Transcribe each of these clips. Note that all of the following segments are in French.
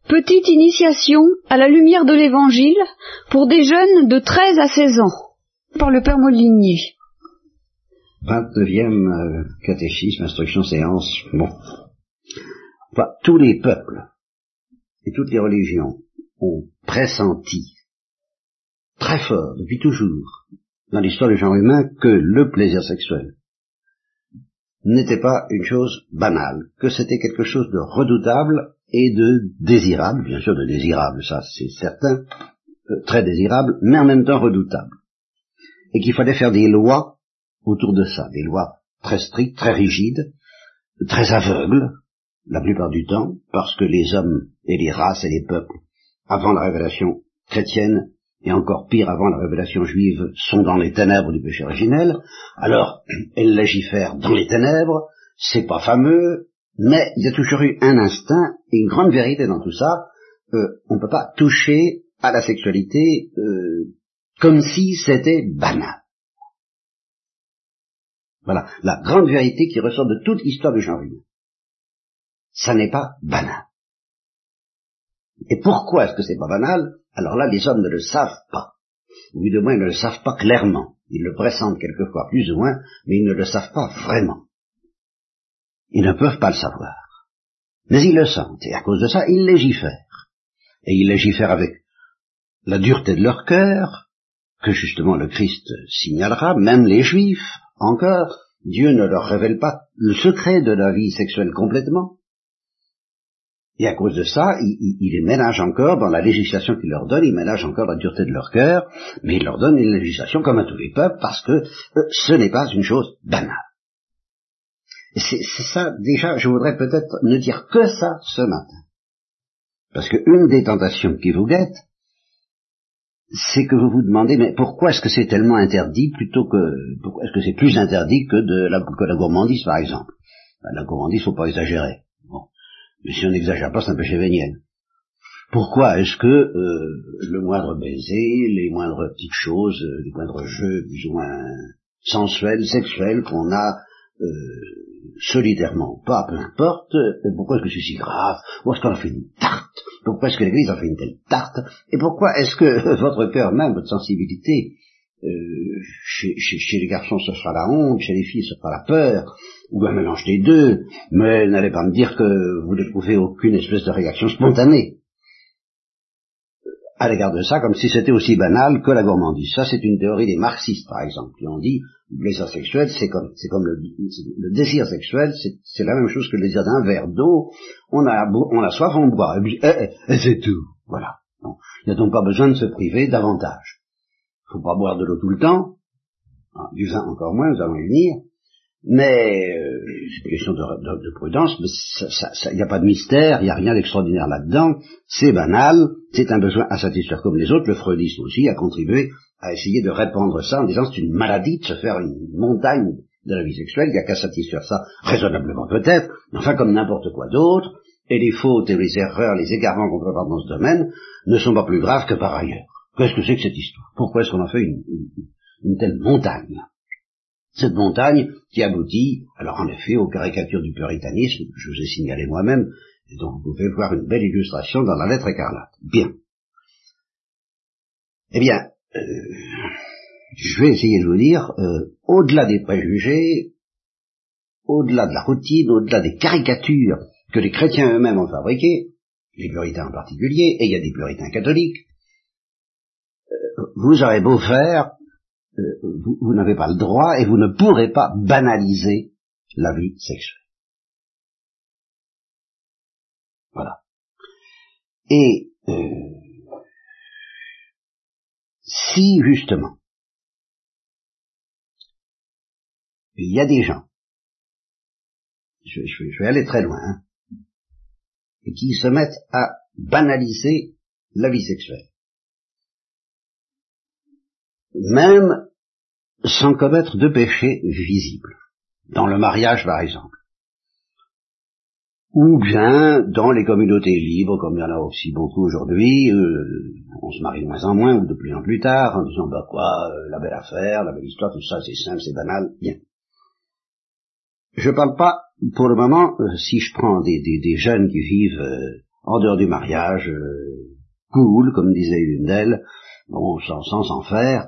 Petite initiation à la lumière de l'Évangile pour des jeunes de 13 à 16 ans, par le Père Molinier. 29e catéchisme, instruction, séance. Bon. Enfin, tous les peuples et toutes les religions ont pressenti très fort, depuis toujours, dans l'histoire du genre humain, que le plaisir sexuel n'était pas une chose banale, que c'était quelque chose de redoutable et de désirable, bien sûr de désirable, ça c'est certain, très désirable, mais en même temps redoutable. Et qu'il fallait faire des lois autour de ça, des lois très strictes, très rigides, très aveugles, la plupart du temps, parce que les hommes et les races et les peuples, avant la révélation chrétienne, et encore pire avant la révélation juive, sont dans les ténèbres du péché originel, alors elles légifèrent dans les ténèbres, c'est pas fameux, mais il y a toujours eu un instinct et une grande vérité dans tout ça. On ne peut pas toucher à la sexualité comme si c'était banal. Voilà, la grande vérité qui ressort de toute l'histoire du genre humain. Ça n'est pas banal. Et pourquoi est-ce que c'est pas banal? Alors là, les hommes ne le savent pas. Ou du moins, ils ne le savent pas clairement. Ils le pressentent quelquefois plus ou moins, mais ils ne le savent pas vraiment. Ils ne peuvent pas le savoir. Mais ils le sentent, et à cause de ça, ils légifèrent. Et ils légifèrent avec la dureté de leur cœur, que justement le Christ signalera, même les Juifs, encore, Dieu ne leur révèle pas le secret de la vie sexuelle complètement. Et à cause de ça, il les ménage encore, dans la législation qu'il leur donne, il ménage encore la dureté de leur cœur, mais il leur donne une législation comme à tous les peuples, parce que ce n'est pas une chose banale. Et c'est ça, déjà, je voudrais peut-être ne dire que ça ce matin. Parce que une des tentations qui vous guette, c'est que vous vous demandez, mais pourquoi est-ce que c'est tellement interdit pourquoi est-ce que c'est plus interdit que la gourmandise, par exemple? La gourmandise, faut pas exagérer. Bon. Mais si on n'exagère pas, c'est un péché véniel. Pourquoi est-ce que le moindre baiser, les moindres petites choses, les moindres jeux plus ou moins sensuels, sexuels qu'on a solidairement, pas, peu importe, pourquoi est-ce que c'est si grave? Ou est-ce qu'on a fait une tarte? Pourquoi est-ce que l'Église a fait une telle tarte? Et pourquoi est-ce que votre cœur même, votre sensibilité, chez les garçons ce sera la honte, chez les filles ce sera la peur, ou un mélange des deux, mais n'allez pas me dire que vous n'éprouvez aucune espèce de réaction spontanée à l'égard de ça, comme si c'était aussi banal que la gourmandise. Ça, c'est une théorie des marxistes, par exemple, qui ont dit le plaisir sexuel, c'est comme le désir sexuel, c'est la même chose que le désir d'un verre d'eau. On a soif, on boit, et puis c'est tout. Voilà. Bon. Il n'y a donc pas besoin de se priver davantage. Il ne faut pas boire de l'eau tout le temps, du vin encore moins, nous allons y venir, mais c'est une question de prudence, mais il n'y a pas de mystère, il n'y a rien d'extraordinaire là-dedans, c'est banal, c'est un besoin à satisfaire comme les autres. Le freudisme aussi a contribué à essayer de répandre ça en disant c'est une maladie de se faire une montagne de la vie sexuelle, il n'y a qu'à satisfaire ça, raisonnablement peut-être, enfin comme n'importe quoi d'autre, et les fautes et les erreurs, les égarements qu'on peut avoir dans ce domaine ne sont pas plus graves que par ailleurs. Qu'est-ce que c'est que cette histoire? Pourquoi est-ce qu'on en fait une telle montagne? Cette montagne qui aboutit, alors en effet, aux caricatures du puritanisme, que je vous ai signalé moi-même, et dont vous pouvez voir une belle illustration dans la lettre écarlate. Bien. Eh bien, je vais essayer de vous dire, au-delà des préjugés, au-delà de la routine, au-delà des caricatures que les chrétiens eux-mêmes ont fabriquées, les puritains en particulier, et il y a des puritains catholiques, vous aurez beau faire, vous n'avez pas le droit et vous ne pourrez pas banaliser la vie sexuelle. Voilà. Et si justement il y a des gens, je vais aller très loin, et qui se mettent à banaliser la vie sexuelle, même sans commettre de péché visible, dans le mariage par exemple, ou bien dans les communautés libres, comme il y en a aussi beaucoup aujourd'hui, on se marie de moins en moins, ou de plus en plus tard, en disant, la belle affaire, la belle histoire, tout ça, c'est simple, c'est banal, bien. Je parle pas, pour le moment, si je prends des jeunes qui vivent en dehors du mariage, cool, comme disait une d'elles, bon, sans s'en faire.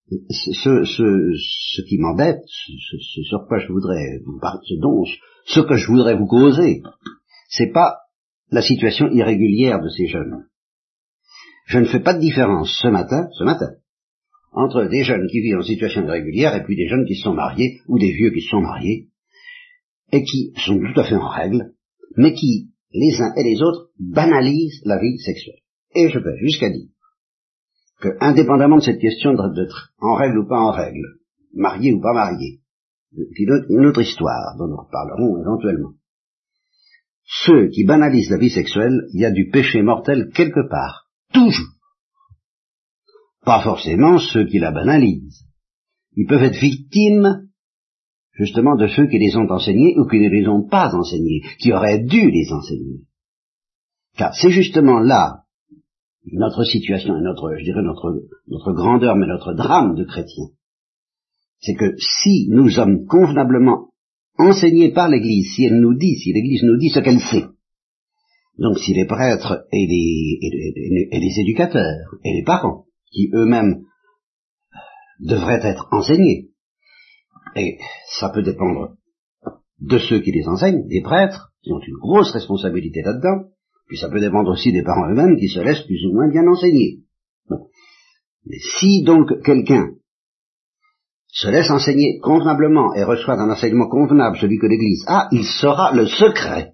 Ce qui m'embête, ce sur quoi je voudrais vous ce que je voudrais vous causer, c'est pas la situation irrégulière de ces jeunes. Je ne fais pas de différence ce matin, entre des jeunes qui vivent en situation irrégulière et puis des jeunes qui se sont mariés, ou des vieux qui se sont mariés, et qui sont tout à fait en règle, mais qui, les uns et les autres, banalisent la vie sexuelle. Et je vais jusqu'à dire que, indépendamment de cette question d'être en règle ou pas en règle, marié ou pas marié, une autre histoire dont nous reparlerons éventuellement, ceux qui banalisent la vie sexuelle, il y a du péché mortel quelque part, toujours. Pas forcément ceux qui la banalisent. Ils peuvent être victimes, justement, de ceux qui les ont enseignés ou qui ne les ont pas enseignés, qui auraient dû les enseigner. Car c'est justement là notre situation et notre grandeur, mais notre drame de chrétien. C'est que si nous sommes convenablement enseignés par l'Église, si l'Église nous dit ce qu'elle sait, donc si les prêtres et les éducateurs et les parents, qui eux-mêmes devraient être enseignés, et ça peut dépendre de ceux qui les enseignent, des prêtres, qui ont une grosse responsabilité là-dedans, puis ça peut dépendre aussi des parents eux-mêmes qui se laissent plus ou moins bien enseigner. Bon. Mais si donc quelqu'un se laisse enseigner convenablement et reçoit un enseignement convenable, celui que l'Église a, il saura le secret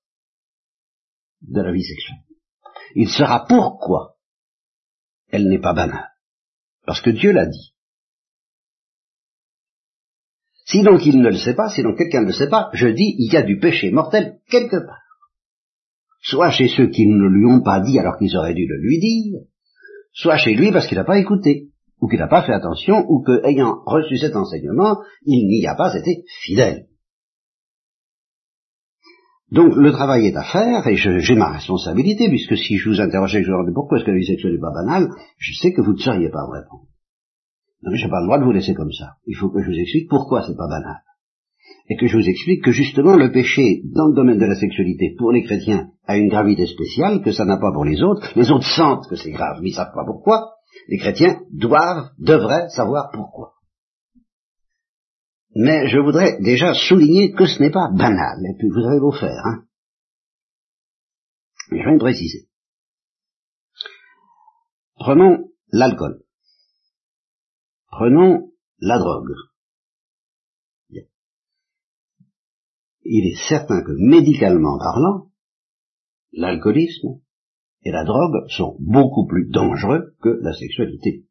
de la vie sexuelle. Il saura pourquoi elle n'est pas banale. Parce que Dieu l'a dit. Si donc il ne le sait pas, si donc quelqu'un ne le sait pas, je dis, il y a du péché mortel quelque part. Soit chez ceux qui ne lui ont pas dit alors qu'ils auraient dû le lui dire, soit chez lui parce qu'il n'a pas écouté, ou qu'il n'a pas fait attention, ou que, ayant reçu cet enseignement, il n'y a pas été fidèle. Donc le travail est à faire, et j'ai ma responsabilité, puisque si je vous interrogeais, je vous demandais pourquoi est-ce que la vie sexuelle n'est pas banale, je sais que vous ne sauriez pas me répondre. Non mais je n'ai pas le droit de vous laisser comme ça. Il faut que je vous explique pourquoi c'est pas banal. Et que je vous explique que justement le péché dans le domaine de la sexualité pour les chrétiens a une gravité spéciale que ça n'a pas pour les autres sentent que c'est grave, mais ils ne savent pas pourquoi, les chrétiens devraient savoir pourquoi. Mais je voudrais déjà souligner que ce n'est pas banal, et puis vous avez beau faire, hein. Mais je vais me préciser. Prenons l'alcool. Prenons la drogue. Il est certain que, médicalement parlant, l'alcoolisme et la drogue sont beaucoup plus dangereux que la sexualité.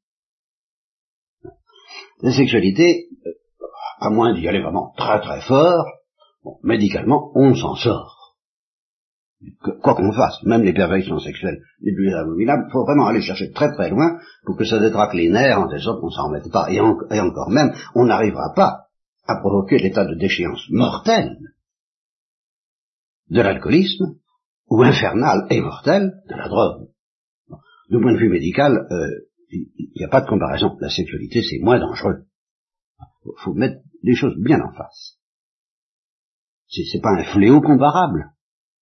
La sexualité, à moins d'y aller vraiment très très fort, bon, médicalement, on s'en sort. Quoi qu'on fasse, même les perversions sexuelles les plus abominables, il faut vraiment aller chercher très très loin pour que ça détraque les nerfs, en telle sorte qu'on s'en remette pas. Et encore même, on n'arrivera pas à provoquer l'état de déchéance mortelle de l'alcoolisme, ou infernal et mortel de la drogue. Du point de vue médical, il n'y a pas de comparaison. La sexualité, c'est moins dangereux. Il faut mettre les choses bien en face. C'est pas un fléau comparable.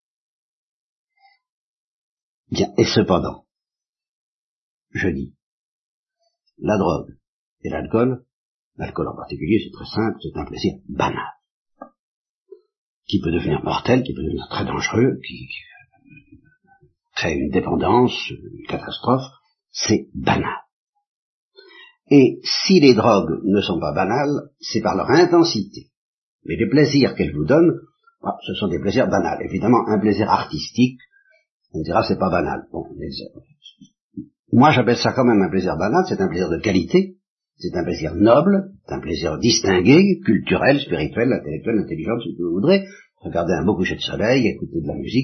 Bien, et cependant, je dis, la drogue et l'alcool en particulier, c'est très simple, c'est un plaisir banal, qui peut devenir mortel, qui peut devenir très dangereux, qui crée une dépendance, une catastrophe, c'est banal. Et si les drogues ne sont pas banales, c'est par leur intensité. Mais les plaisirs qu'elles vous donnent, ce sont des plaisirs banals. Évidemment, un plaisir artistique, on dira c'est pas banal. Bon, moi j'appelle ça quand même un plaisir banal, c'est un plaisir de qualité, c'est un plaisir noble, c'est un plaisir distingué, culturel, spirituel, intellectuel, intelligent, ce que vous voudrez. Regarder un beau coucher de soleil, écouter de la musique,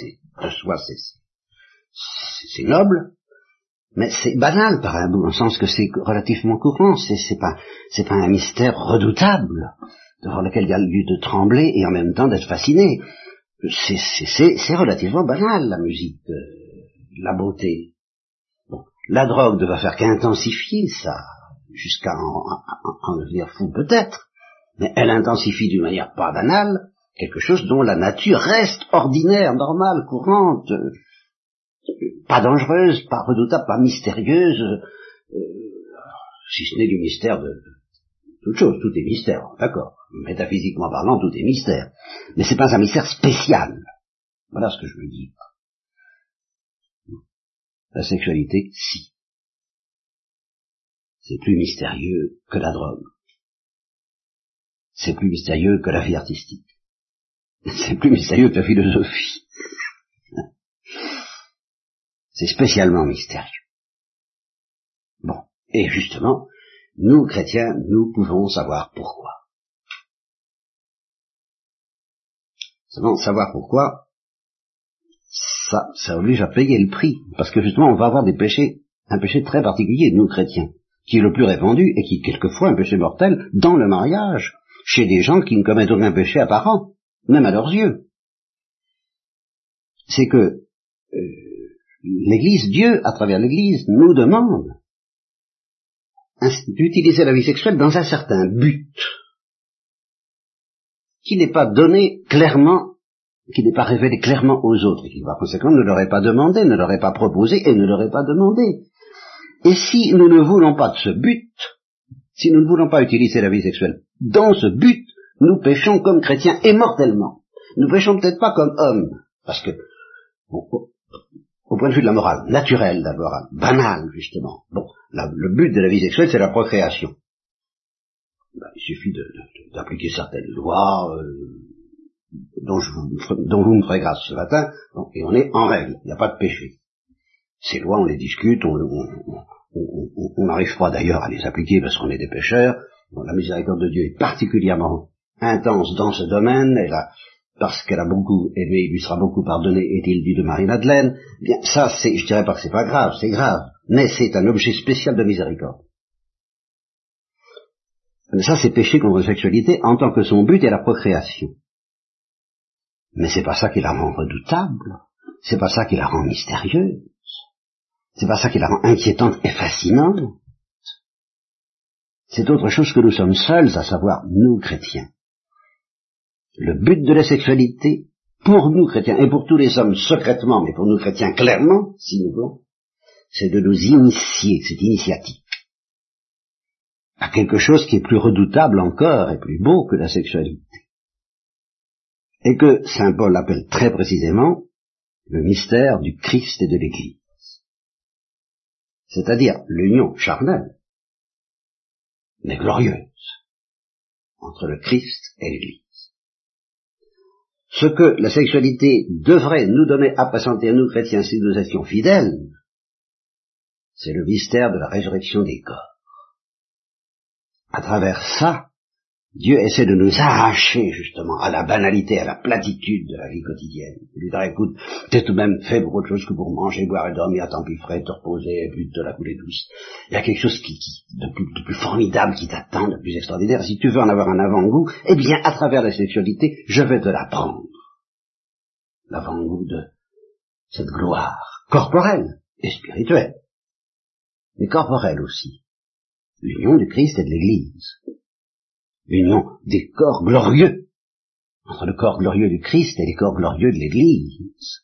c'est noble, mais c'est banal par un bout, dans le sens que c'est relativement courant, c'est pas un mystère redoutable, devant lequel il y a lieu de trembler et en même temps d'être fasciné. C'est relativement banal, la musique, la beauté. Bon, la drogue ne va faire qu'intensifier ça, jusqu'à en devenir fou peut-être, mais elle intensifie d'une manière pas banale quelque chose dont la nature reste ordinaire, normale, courante, pas dangereuse, pas redoutable, pas mystérieuse, si ce n'est du mystère de toute chose, tout est mystère, d'accord. Métaphysiquement parlant, tout est mystère. Mais c'est pas un mystère spécial. Voilà ce que je veux dire. La sexualité, si. C'est plus mystérieux que la drogue. C'est plus mystérieux que la vie artistique. C'est plus mystérieux que la philosophie. C'est spécialement mystérieux. Bon. Et justement, nous, chrétiens, nous pouvons savoir pourquoi. Seulement, savoir pourquoi, ça oblige à payer le prix. Parce que justement, on va avoir des péchés, un péché très particulier, nous, chrétiens, qui est le plus répandu, et qui est quelquefois un péché mortel, dans le mariage, chez des gens qui ne commettent aucun péché apparent, même à leurs yeux. C'est que l'Église, Dieu, à travers l'Église, nous demande d'utiliser la vie sexuelle dans un certain but, qui n'est pas donné clairement, qui n'est pas révélé clairement aux autres, et qui par conséquent ne leur est pas demandé, ne leur est pas proposé, et ne leur est pas demandé. Et si nous ne voulons pas de ce but, si nous ne voulons pas utiliser la vie sexuelle dans ce but, nous péchons comme chrétiens et mortellement. Nous péchons peut-être pas comme hommes, parce que, au point de vue de la morale, naturelle d'abord, banale justement. Bon, le but de la vie sexuelle, c'est la procréation. Il suffit d'appliquer certaines lois dont vous me ferez grâce ce matin, et on est en règle, il n'y a pas de péché. Ces lois, on les discute, on n'arrive pas d'ailleurs à les appliquer parce qu'on est des pécheurs. Bon, la miséricorde de Dieu est particulièrement intense dans ce domaine, parce qu'elle a beaucoup aimé, il lui sera beaucoup pardonné, est-il dit de Marie-Madeleine. Bien, ça, je dirais pas que c'est pas grave, c'est grave, mais c'est un objet spécial de miséricorde. Mais ça, c'est péché contre la sexualité en tant que son but est la procréation. Mais c'est pas ça qui la rend redoutable, c'est pas ça qui la rend mystérieuse, c'est pas ça qui la rend inquiétante et fascinante. C'est autre chose que nous sommes seuls, à savoir nous chrétiens. Le but de la sexualité, pour nous chrétiens, et pour tous les hommes secrètement, mais pour nous chrétiens clairement, si nous voulons, c'est de nous initier, cette initiative, à quelque chose qui est plus redoutable encore et plus beau que la sexualité. Et que saint Paul appelle très précisément le mystère du Christ et de l'Église. C'est-à-dire l'union charnelle, mais glorieuse, entre le Christ et l'Église. Ce que la sexualité devrait nous donner à présenter à nous chrétiens si nous étions fidèles, c'est le mystère de la résurrection des corps. À travers ça, Dieu essaie de nous arracher justement à la banalité, à la platitude de la vie quotidienne. Il lui dit, écoute, t'es tout de même fait pour autre chose que pour manger, boire et dormir, t'empiffrer, te reposer, et puis te la couler douce. Il y a quelque chose de plus formidable qui t'attend, de plus extraordinaire. Si tu veux en avoir un avant-goût, eh bien, à travers la sexualité, je vais te l'apprendre. L'avant-goût de cette gloire corporelle et spirituelle, mais corporelle aussi. L'union du Christ et de l'Église. L'union des corps glorieux, entre le corps glorieux du Christ et les corps glorieux de l'Église.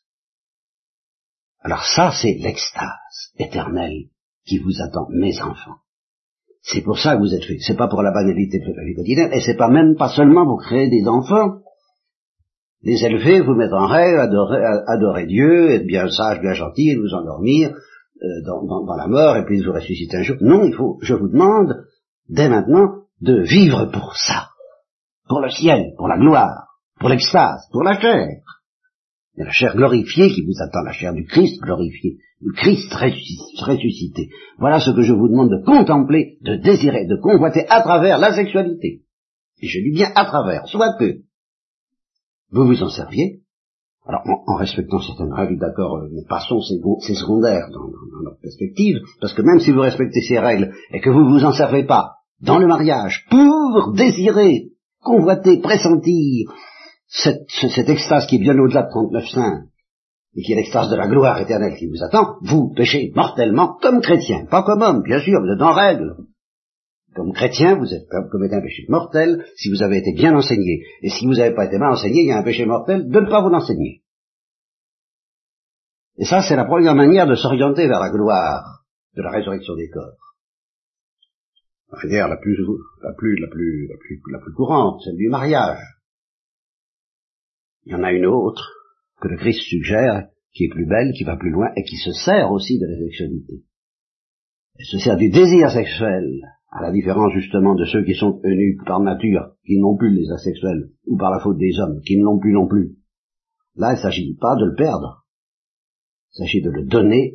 Alors ça, c'est l'extase éternelle qui vous attend, mes enfants. C'est pour ça que vous êtes faits. C'est pas pour la banalité de la vie quotidienne, et c'est pas même pas seulement pour créer des enfants, les élever, vous mettre en règle, adorer Dieu, être bien sage, bien gentil, et vous endormir dans la mort, et puis vous ressusciter un jour. Non, je vous demande, dès maintenant, de vivre pour ça, pour le ciel, pour la gloire, pour l'extase, pour la chair. Et la chair glorifiée qui vous attend, la chair du Christ glorifié, du Christ ressuscité. Voilà ce que je vous demande de contempler, de désirer, de convoiter à travers la sexualité. Et je dis bien à travers, soit que vous vous en serviez, alors en respectant certaines règles, d'accord, mais passons, c'est secondaire dans notre perspective, parce que même si vous respectez ces règles et que vous vous en servez pas dans le mariage pour désirer, convoiter, pressentir cette extase qui est bien au-delà de 39,5 et qui est l'extase de la gloire éternelle qui vous attend, vous péchez mortellement comme chrétien, pas comme homme, bien sûr, vous êtes en règle. Comme chrétien, vous êtes commettez un péché mortel si vous avez été bien enseigné. Et si vous n'avez pas été mal enseigné, il y a un péché mortel de ne pas vous l'enseigner. Et ça, c'est la première manière de s'orienter vers la gloire de la résurrection des corps. La manière la plus courante, celle du mariage. Il y en a une autre que le Christ suggère, qui est plus belle, qui va plus loin, et qui se sert aussi de la sexualité. Elle se sert du désir sexuel, à la différence justement de ceux qui sont eunuques par nature, qui n'ont plus les asexuels, ou par la faute des hommes, qui ne l'ont plus non plus. Là, il ne s'agit pas de le perdre. Il s'agit de le donner,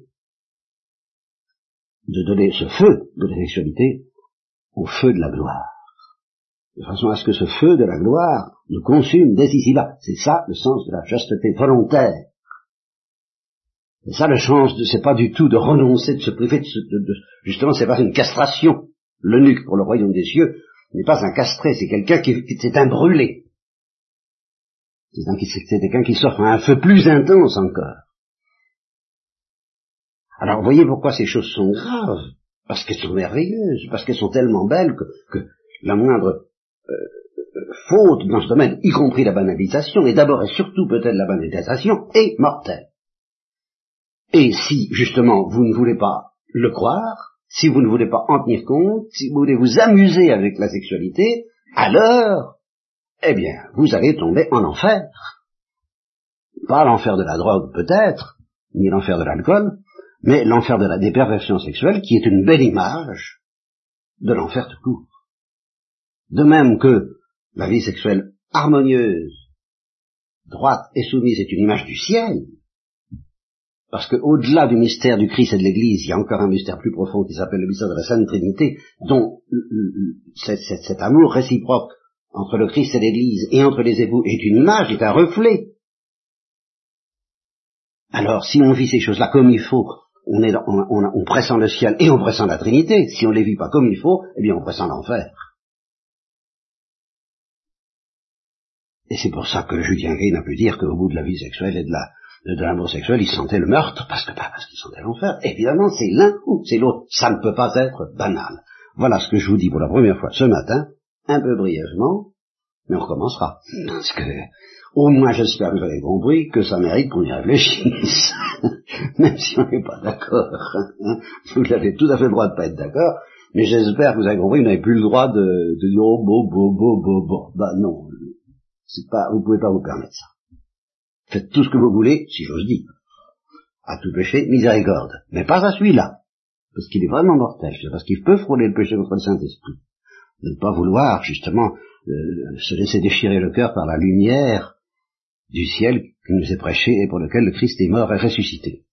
de donner ce feu de la sexualité au feu de la gloire. De façon à ce que ce feu de la gloire nous consume dès ici-bas. C'est ça le sens de la chasteté volontaire. C'est ça le sens c'est pas du tout de renoncer, de se priver, justement, c'est pas une castration. L'eunuque pour le royaume des cieux n'est pas un castré, c'est quelqu'un c'est un brûlé. C'est quelqu'un qui s'offre à un feu plus intense encore. Alors, vous voyez pourquoi ces choses sont graves. Parce qu'elles sont merveilleuses, parce qu'elles sont tellement belles que la moindre faute dans ce domaine, y compris la banalisation, et d'abord et surtout peut-être la banalisation, est mortelle. Et si, justement, vous ne voulez pas le croire, si vous ne voulez pas en tenir compte, si vous voulez vous amuser avec la sexualité, alors, eh bien, vous allez tomber en enfer. Pas l'enfer de la drogue, peut-être, ni l'enfer de l'alcool, mais l'enfer des perversions sexuelles, qui est une belle image de l'enfer tout court. De même que la vie sexuelle harmonieuse, droite et soumise est une image du ciel, parce qu'au-delà du mystère du Christ et de l'Église, il y a encore un mystère plus profond qui s'appelle le mystère de la Sainte Trinité, dont cet amour réciproque entre le Christ et l'Église et entre les époux est une image, est un reflet. Alors, si on vit ces choses-là comme il faut, on pressent le ciel et on pressent la Trinité. Si on les vit pas comme il faut, eh bien on pressent l'enfer. Et c'est pour ça que Julien Green a pu dire qu'au bout de la vie sexuelle et de l'amour sexuel, il sentait le meurtre, parce qu'il sentait l'enfer. Évidemment, c'est l'un ou c'est l'autre. Ça ne peut pas être banal. Voilà ce que je vous dis pour la première fois ce matin, un peu brièvement, mais on recommencera. Parce que, au moins j'espère que vous avez compris que ça mérite qu'on y réfléchisse. Même si on n'est pas d'accord. Vous avez tout à fait le droit de pas être d'accord, mais j'espère que vous avez compris que vous n'avez plus le droit de dire oh bo. Bah non, c'est pas, vous pouvez pas vous permettre ça. Faites tout ce que vous voulez, si j'ose dire. À tout péché, miséricorde. Mais pas à celui-là. Parce qu'il est vraiment mortel. Parce qu'il peut frôler le péché contre le Saint-Esprit. De ne pas vouloir, justement, se laisser déchirer le cœur par la lumière du ciel qui nous est prêchée et pour lequel le Christ est mort et ressuscité.